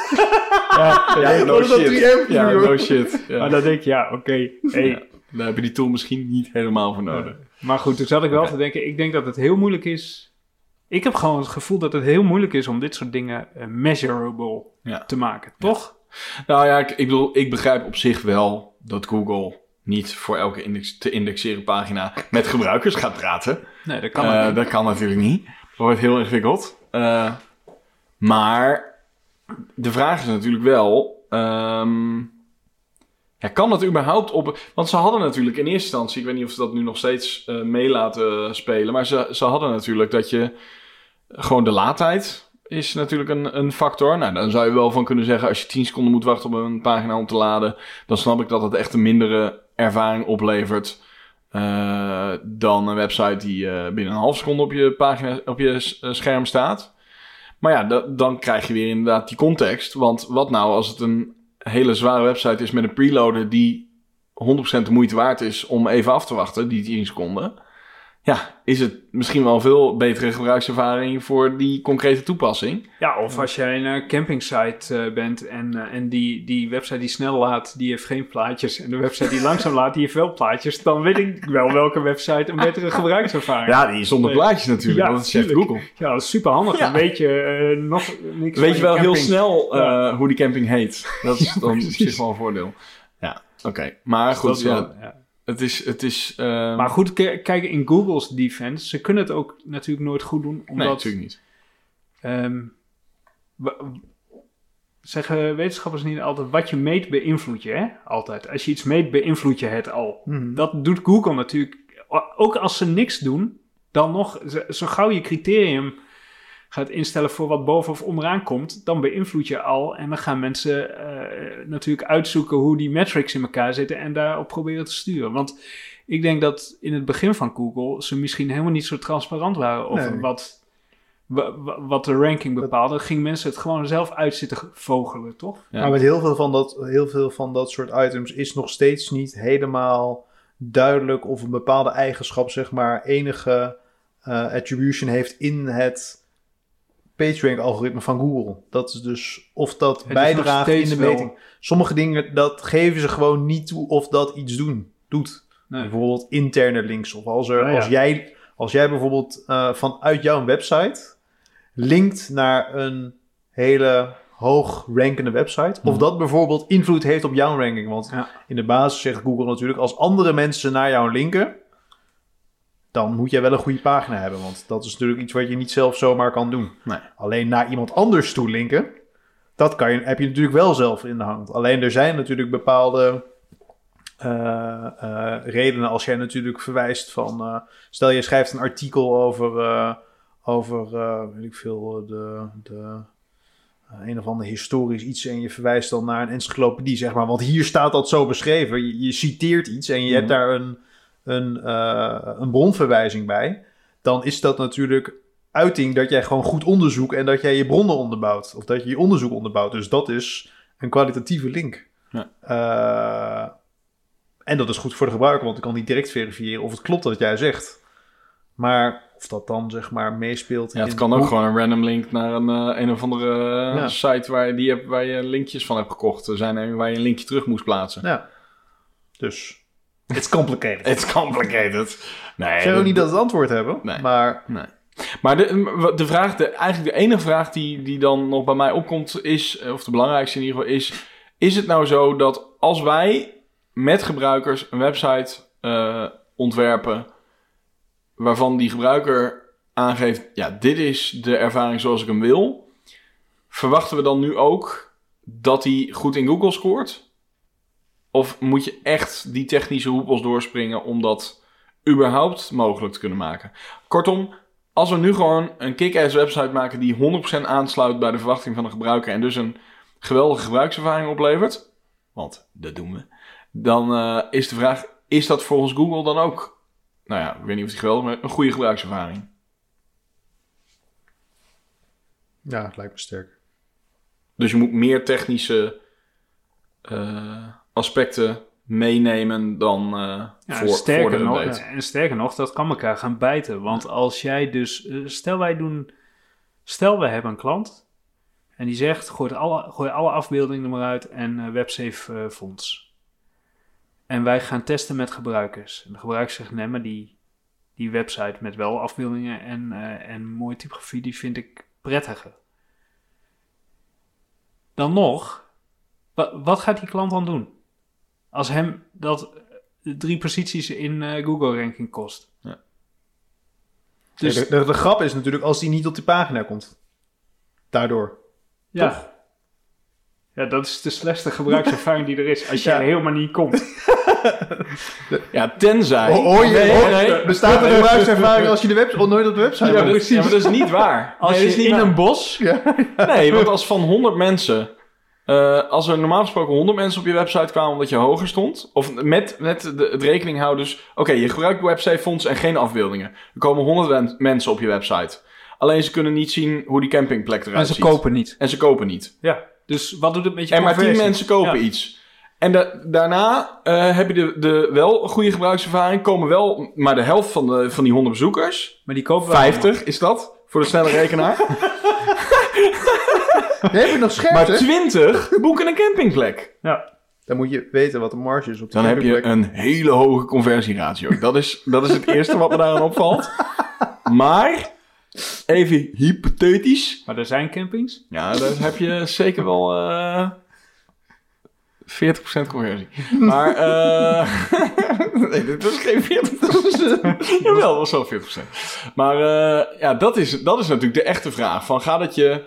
A: Ja, no
B: Wat is dat
A: shit.
B: 3M?
A: Ja, no shit. Ja.
C: Maar dan denk je, oké. Hey.
A: Ja. Daar heb je die tool misschien niet helemaal voor nodig.
C: Maar goed, toen zat ik wel te denken, ik denk dat het heel moeilijk is. Ik heb gewoon het gevoel dat het heel moeilijk is om dit soort dingen measurable te maken, toch?
A: Nou ja, ik bedoel, ik begrijp op zich wel dat Google niet voor elke te indexeren pagina met gebruikers gaat praten.
C: Nee, dat kan ook niet.
A: Dat kan natuurlijk niet. Dat wordt heel ingewikkeld. Maar de vraag is natuurlijk wel, kan dat überhaupt op... Want ze hadden natuurlijk in eerste instantie... Ik weet niet of ze dat nu nog steeds mee laten spelen... Maar ze hadden natuurlijk dat je... Gewoon de laadtijd is natuurlijk een factor. Nou, dan zou je wel van kunnen zeggen... Als je 10 seconden moet wachten op een pagina om te laden... Dan snap ik dat het echt een mindere ervaring oplevert... dan een website die binnen een half seconde op je scherm staat. Maar ja, dan krijg je weer inderdaad die context. Want wat nou als het een hele zware website is met een preloader... die 100% de moeite waard is om even af te wachten, die 10 seconden... Ja, is het misschien wel een veel betere gebruikservaring voor die concrete toepassing.
C: Ja, of als jij een campingsite bent en die website die snel laat, die heeft geen plaatjes. En de website die langzaam laat, die heeft wel plaatjes. Dan weet ik wel welke website een betere gebruikservaring.
A: Ja, die is zonder plaatjes natuurlijk,
C: ja,
A: want dat zegt Google.
C: Ja, dat is super handig.
A: Ja.
C: Dan weet je nog niks
A: Weet
C: van
A: je wel
C: camping.
A: heel snel hoe die camping heet. Dat is dan op zich wel een voordeel. Ja, oké. Maar goed,
C: Dat is wel, ja.
A: Het is
C: Maar goed, kijk, in Google's defense, ze kunnen het ook natuurlijk nooit goed doen. Omdat,
A: nee, natuurlijk niet.
C: Zeggen wetenschappers niet altijd, wat je meet beïnvloed je, hè? Altijd. Als je iets meet, beïnvloed je het al.
B: Mhm.
C: Dat doet Google natuurlijk. Ook als ze niks doen, dan nog, zo gauw je criterium gaat instellen voor wat boven of onderaan komt, dan beïnvloed je al. En dan gaan mensen natuurlijk uitzoeken hoe die metrics in elkaar zitten en daarop proberen te sturen. Want ik denk dat in het begin van Google ze misschien helemaal niet zo transparant waren over wat de ranking bepaalde. Gingen mensen het gewoon zelf uit zitten vogelen, toch?
A: Ja.
B: Maar met heel veel van dat soort items is nog steeds niet helemaal duidelijk of een bepaalde eigenschap, zeg maar, enige attribution heeft in het PageRank-algoritme van Google. Dat is dus of dat
C: Het is
B: bijdraagt
C: nog
B: in de
C: steeds wel.
B: meting. Sommige dingen, dat geven ze gewoon niet toe of dat iets doet.
C: Nee.
B: Bijvoorbeeld interne links. Of als jij bijvoorbeeld vanuit jouw website linkt naar een hele hoog rankende website. Of dat bijvoorbeeld invloed heeft op jouw ranking. Want in de basis zegt Google natuurlijk, als andere mensen naar jou linken, dan moet jij wel een goede pagina hebben. Want dat is natuurlijk iets wat je niet zelf zomaar kan doen.
A: Nee.
B: Alleen naar iemand anders toe linken, dat heb je natuurlijk wel zelf in de hand. Alleen er zijn natuurlijk bepaalde redenen als jij natuurlijk verwijst van... stel je schrijft een artikel over weet ik veel, een of ander historisch iets en je verwijst dan naar een encyclopedie, zeg maar. Want hier staat dat zo beschreven. Je citeert iets en je hebt daar een bronverwijzing bij. Dan is dat natuurlijk uiting dat jij gewoon goed onderzoekt en dat jij je bronnen onderbouwt. Of dat je je onderzoek onderbouwt. Dus dat is een kwalitatieve link.
A: Ja.
B: En dat is goed voor de gebruiker, want ik kan niet direct verifiëren of het klopt wat jij zegt. Maar of dat dan zeg maar meespeelt.
A: Ja, het kan ook gewoon een random link naar een of andere site waar je linkjes van hebt gekocht zijn en waar je een linkje terug moest plaatsen.
B: Ja. Dus it's complicated.
A: It's complicated. Nee,
B: Ik zeg ook niet dat we het antwoord hebben,
A: Nee.
B: maar...
A: Nee. Maar de vraag, eigenlijk de enige vraag die dan nog bij mij opkomt is, of de belangrijkste in ieder geval is het nou zo dat als wij met gebruikers een website ontwerpen waarvan die gebruiker aangeeft, ja, dit is de ervaring zoals ik hem wil, verwachten we dan nu ook dat hij goed in Google scoort? Of moet je echt die technische hoepels doorspringen om dat überhaupt mogelijk te kunnen maken? Kortom, als we nu gewoon een kick-ass website maken die 100% aansluit bij de verwachting van de gebruiker en dus een geweldige gebruikservaring oplevert, want dat doen we, dan is de vraag, is dat volgens Google dan ook, nou ja, ik weet niet of die geweldig, maar een goede gebruikservaring?
B: Ja, het lijkt me sterk.
A: Dus je moet meer technische aspecten meenemen dan voor
C: En sterker nog, dat kan elkaar gaan bijten. Want als jij dus... Stel wij hebben een klant en die zegt, gooi alle afbeeldingen er maar uit en WebSafe fonts. En wij gaan testen met gebruikers. En de gebruiker zegt, nee, maar die website met wel afbeeldingen en mooie typografie, die vind ik prettiger. Dan nog, wat gaat die klant dan doen? Als hem dat 3 posities in Google ranking kost.
A: Ja.
B: Dus de grap is natuurlijk als die niet op die pagina komt. Daardoor.
C: Ja.
B: Toch?
C: Ja, dat is de slechtste gebruikservaring die er is. Als je
B: Ja.
C: er helemaal niet komt.
A: Ja, tenzij...
B: Bestaat er een gebruikservaring als je nooit op de website
A: Ja,
B: bent?
A: maar dat is niet waar.
C: Als
A: Nee,
C: je
A: dat is niet
C: in
A: waar.
C: een bos...
A: Nee, want als van 100 mensen... als er normaal gesproken 100 mensen op je website kwamen omdat je hoger stond... of met het rekening houden dus... Oké, je gebruikt WebSafe Fonts en geen afbeeldingen. Er komen 100 mensen op je website. Alleen ze kunnen niet zien hoe die campingplek eruit
C: En ze
A: ziet.
C: kopen niet.
A: En ze kopen niet.
C: Ja, dus wat doet het met je
A: En maar 10
C: conversie?
A: mensen kopen
C: Ja.
A: iets. En daarna heb je de wel een goede gebruikservaring. Komen wel maar de helft van die 100 bezoekers.
C: Maar die kopen wel
A: 50 is dat, voor de snelle rekenaar.
B: Dan heb je nog scherp,
A: Maar
B: hè?
A: 20 boeken een campingplek.
C: Ja.
B: Dan moet je weten wat de marge is op de
A: Dan heb je
B: campingplek.
A: een hele hoge conversieratio. Dat is het eerste wat me daaraan opvalt. Maar, even hypothetisch.
C: Maar er zijn campings.
A: Ja, daar heb je zeker wel 40% conversie. Maar, nee, dit was geen 40%. Jawel, dat was wel 40%. Maar ja, dat is natuurlijk de echte vraag. Van, gaat het je...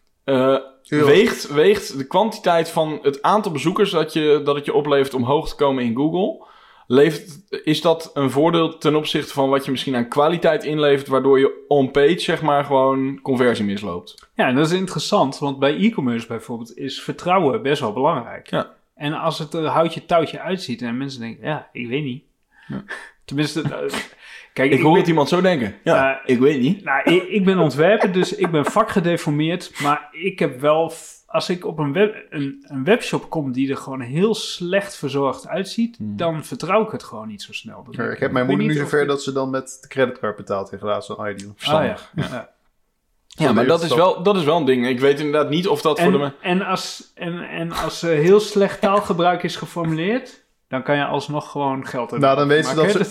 A: weegt de kwantiteit van het aantal bezoekers dat het je oplevert om hoog te komen in Google... Is dat een voordeel ten opzichte van wat je misschien aan kwaliteit inlevert... waardoor je on-page, zeg maar, gewoon conversie misloopt?
C: Ja, en dat is interessant, want bij e-commerce bijvoorbeeld is vertrouwen best wel belangrijk.
A: Ja.
C: En als het er houtje touwtje uitziet en mensen denken, ja, ik weet niet.
A: Ja.
C: Tenminste, kijk,
A: Ik hoor
C: ben-
A: het iemand zo denken. Ja, ik weet niet.
C: Nou, ik ben ontwerper, dus ik ben vakgedeformeerd. Maar ik heb wel, als ik op een webshop kom die er gewoon heel slecht verzorgd uitziet, dan vertrouw ik het gewoon niet zo snel.
B: Ja, ik heb mijn moeder nu zover dat ze dan met de creditcard betaalt in plaats van Ideal.
A: Verstandig.
C: Ah, ja.
A: Ja, maar dat is wel een ding. Ik weet inderdaad niet of dat voor de...
C: En als heel slecht taalgebruik is geformuleerd, dan kan je alsnog gewoon geld hebben.
B: Nou, dan weten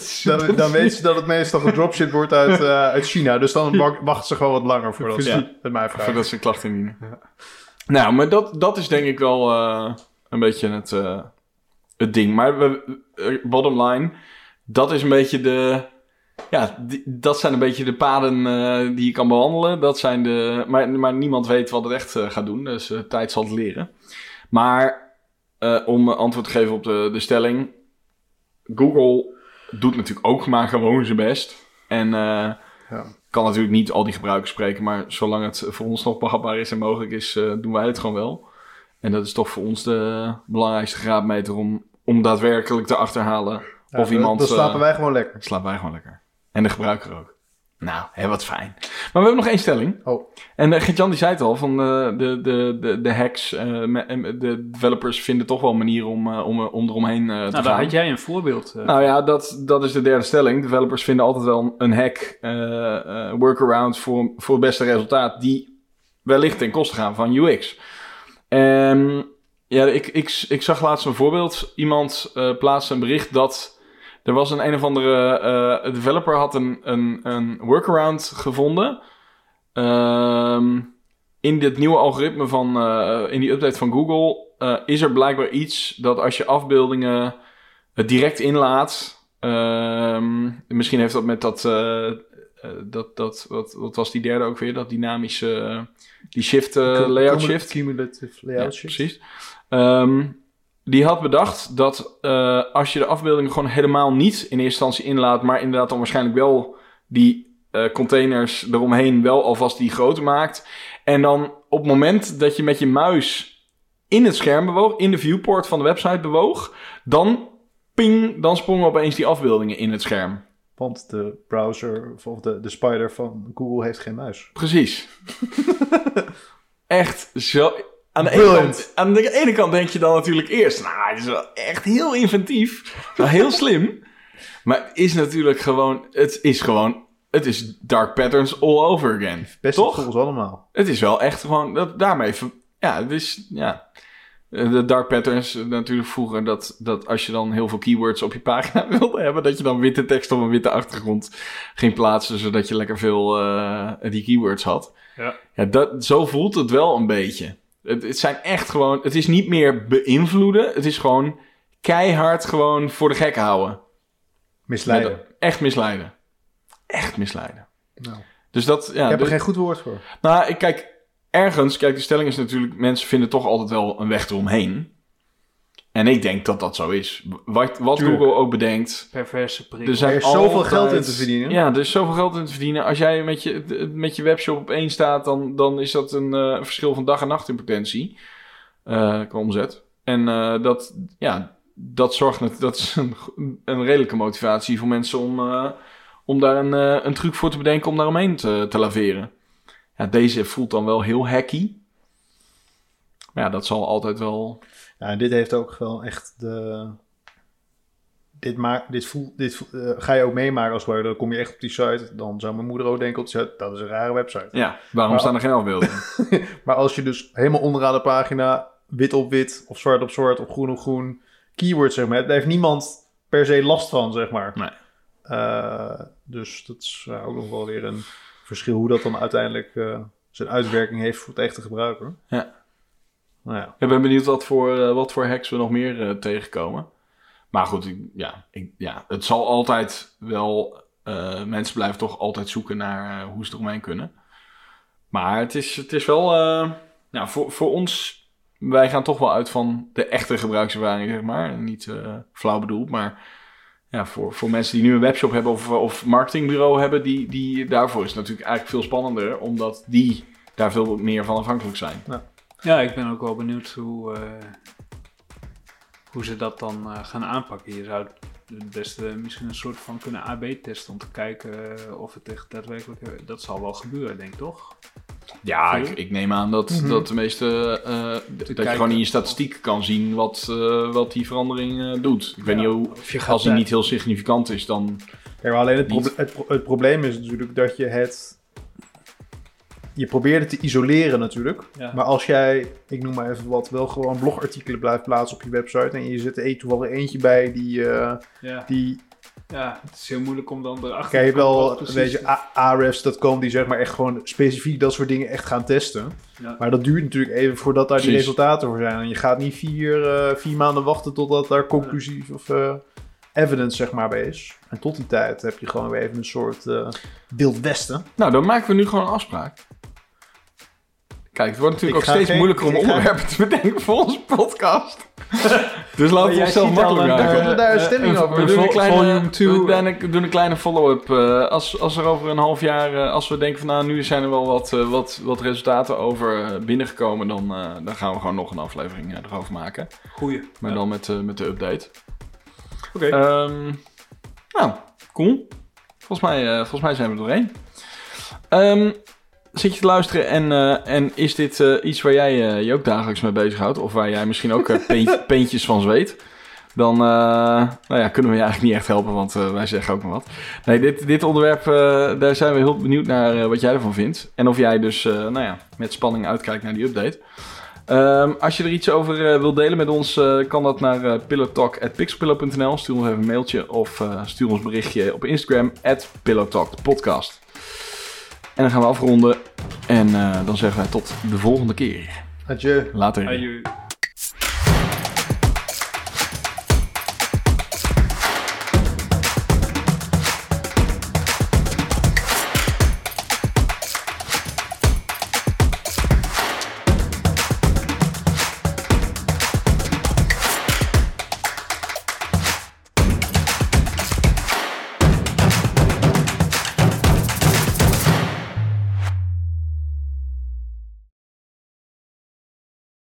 B: ze dat het meestal gedropshipped wordt uit China. Dus dan wachten ze gewoon wat langer voordat ze het mij vragen.
A: Voordat ze klachten indienen. Ja. Nou, maar dat is denk ik wel een beetje het ding. Maar bottom line, dat is een beetje de... Ja, dat zijn een beetje de paden die je kan bewandelen. Dat zijn maar niemand weet wat het echt gaat doen. Dus tijd zal het leren. Maar om antwoord te geven op de stelling. Google doet natuurlijk ook maar gewoon zijn best. En kan natuurlijk niet al die gebruikers spreken. Maar zolang het voor ons nog behapbaar is en mogelijk is, doen wij het gewoon wel. En dat is toch voor ons de belangrijkste graadmeter om daadwerkelijk te achterhalen of iemand...
B: Dan slapen wij gewoon lekker.
A: Slapen wij gewoon lekker. En de gebruiker ook. Nou, wat fijn. Maar we hebben nog 1 stelling.
B: Oh.
A: En Gert-Jan die zei het al, van de hacks, de developers vinden toch wel manieren om eromheen te gaan.
C: Daar had jij een voorbeeld.
A: Nou ja, dat is de derde stelling. Developers vinden altijd wel een hack, workaround voor het beste resultaat, die wellicht ten koste gaan van UX. Ja, ik zag laatst een voorbeeld. Iemand plaatste een bericht dat... Er was een of andere developer had een workaround gevonden. In dit nieuwe algoritme in die update van Google is er blijkbaar iets dat als je afbeeldingen direct inlaat. Misschien heeft dat met wat was die derde ook weer? Dat dynamische, die shift, layout shift.
B: Cumulative layout shift.
A: Precies. Die had bedacht dat als je de afbeeldingen gewoon helemaal niet in eerste instantie inlaat, maar inderdaad dan waarschijnlijk wel die containers eromheen wel alvast die groter maakt. En dan op het moment dat je met je muis in het scherm bewoog, in de viewport van de website bewoog, dan sprongen opeens die afbeeldingen in het scherm.
B: Want de browser of de spider van Google heeft geen muis.
A: Precies. Echt zo... Aan de ene kant denk je dan natuurlijk eerst... Nou, het is wel echt heel inventief. Wel heel slim. Maar het is natuurlijk gewoon... Het is dark patterns all over again.
B: Best
A: toch?
B: Volgens allemaal.
A: Het is wel echt gewoon... Daarmee... Ja, het is... Ja. De dark patterns natuurlijk vroeger... Dat als je dan heel veel keywords op je pagina wilde hebben... Dat je dan witte tekst op een witte achtergrond ging plaatsen... Zodat je lekker veel die keywords had. Ja, zo voelt het wel een beetje... Het zijn echt gewoon... Het is niet meer beïnvloeden. Het is gewoon keihard gewoon voor de gek houden.
B: Misleiden.
A: Echt misleiden. Echt misleiden.
B: Nou,
A: Dus dat... Ja,
B: ik heb er geen goed woord voor.
A: Nou, kijk... ergens, kijk, de stelling is natuurlijk, mensen vinden toch altijd wel een weg eromheen. En ik denk dat dat zo is. Wat Google ook bedenkt.
C: Perverse prikkel.
B: Er is zoveel geld in te verdienen.
A: Ja, er is zoveel geld in te verdienen. Als jij met je webshop op 1 staat, dan is dat een verschil van dag en nacht in potentie. Qua omzet. En dat zorgt dat is een redelijke motivatie voor mensen om daar een truc voor te bedenken om daar omheen te laveren. Ja, deze voelt dan wel heel hacky. Maar ja, dat zal altijd wel...
B: Ja, en dit heeft ook wel echt dit ga je ook meemaken als dan kom je echt op die site. Dan zou mijn moeder ook denken op die site, dat is een rare website.
A: Ja, waarom staan er geen afbeelden?
B: Maar als je dus helemaal onderaan de pagina wit op wit of zwart op zwart of groen op groen keywords zeg maar, daar heeft niemand per se last van, zeg maar.
A: Nee.
B: Dus dat is ook nog wel weer een verschil hoe dat dan uiteindelijk zijn uitwerking heeft voor het echte gebruiker.
A: Ja.
B: Nou ja.
A: Ik ben benieuwd wat voor hacks we nog meer tegenkomen. Maar goed, het zal altijd wel... mensen blijven toch altijd zoeken naar hoe ze eromheen kunnen. Maar het is wel... voor ons... Wij gaan toch wel uit van de echte gebruikservaring, zeg maar. Niet flauw bedoeld, maar... Ja, voor mensen die nu een webshop hebben of marketingbureau hebben... Die daarvoor is het natuurlijk eigenlijk veel spannender. Omdat die daar veel meer van afhankelijk zijn.
B: Ja.
C: Ja, ik ben ook wel benieuwd hoe ze dat dan gaan aanpakken. Je zou het beste misschien een soort van kunnen AB-testen om te kijken of het echt daadwerkelijk... Dat zal wel gebeuren, denk ik, toch?
A: Ja, ik neem aan dat de meeste... dat je gewoon in je statistiek kan zien wat die verandering doet. Ik weet niet hoe... Als die niet heel significant is, dan...
B: Ja, maar alleen het probleem is natuurlijk dat je probeert het te isoleren natuurlijk. Ja. Maar als jij, ik noem maar even wat, wel gewoon blogartikelen blijft plaatsen op je website... en je zet er toevallig eentje bij die...
C: Ja, het is heel moeilijk om dan erachter te komen.
B: Kijk, je hebt wel een beetje Ahrefs.com die zeg maar echt gewoon specifiek dat soort dingen echt gaan testen. Ja. Maar dat duurt natuurlijk even voordat daar die resultaten voor zijn. En je gaat niet 4 maanden wachten totdat daar conclusief of evidence zeg maar bij is. En tot die tijd heb je gewoon weer even een soort Wild Westen.
A: Nou, dan maken we nu gewoon een afspraak. Kijk, het wordt natuurlijk ook steeds moeilijker om onderwerpen te bedenken voor onze podcast. Dus laten we onszelf makkelijk maken.
B: We daar een stemming over.
A: We doen een kleine follow-up. Als er over een half jaar, als we denken van nou, nu zijn er wel wat resultaten over binnengekomen, dan gaan we gewoon nog een aflevering erover maken.
C: Goeie.
A: Maar dan met de update.
C: Oké.
A: Nou, cool. Volgens mij zijn we er doorheen. Zit je te luisteren en is dit iets waar jij je ook dagelijks mee bezighoudt? Of waar jij misschien ook peentjes van zweet? Dan kunnen we je eigenlijk niet echt helpen, want wij zeggen ook maar wat. Nee, dit onderwerp, daar zijn we heel benieuwd naar wat jij ervan vindt. En of jij dus met spanning uitkijkt naar die update. Als je er iets over wilt delen met ons, kan dat naar pillowtalk@pixelpillow.nl. Stuur ons even een mailtje of stuur ons berichtje op Instagram @pillowtalkpodcast. En dan gaan we afronden. En dan zeggen wij tot de volgende keer.
B: Adieu.
A: Later.
C: Adieu.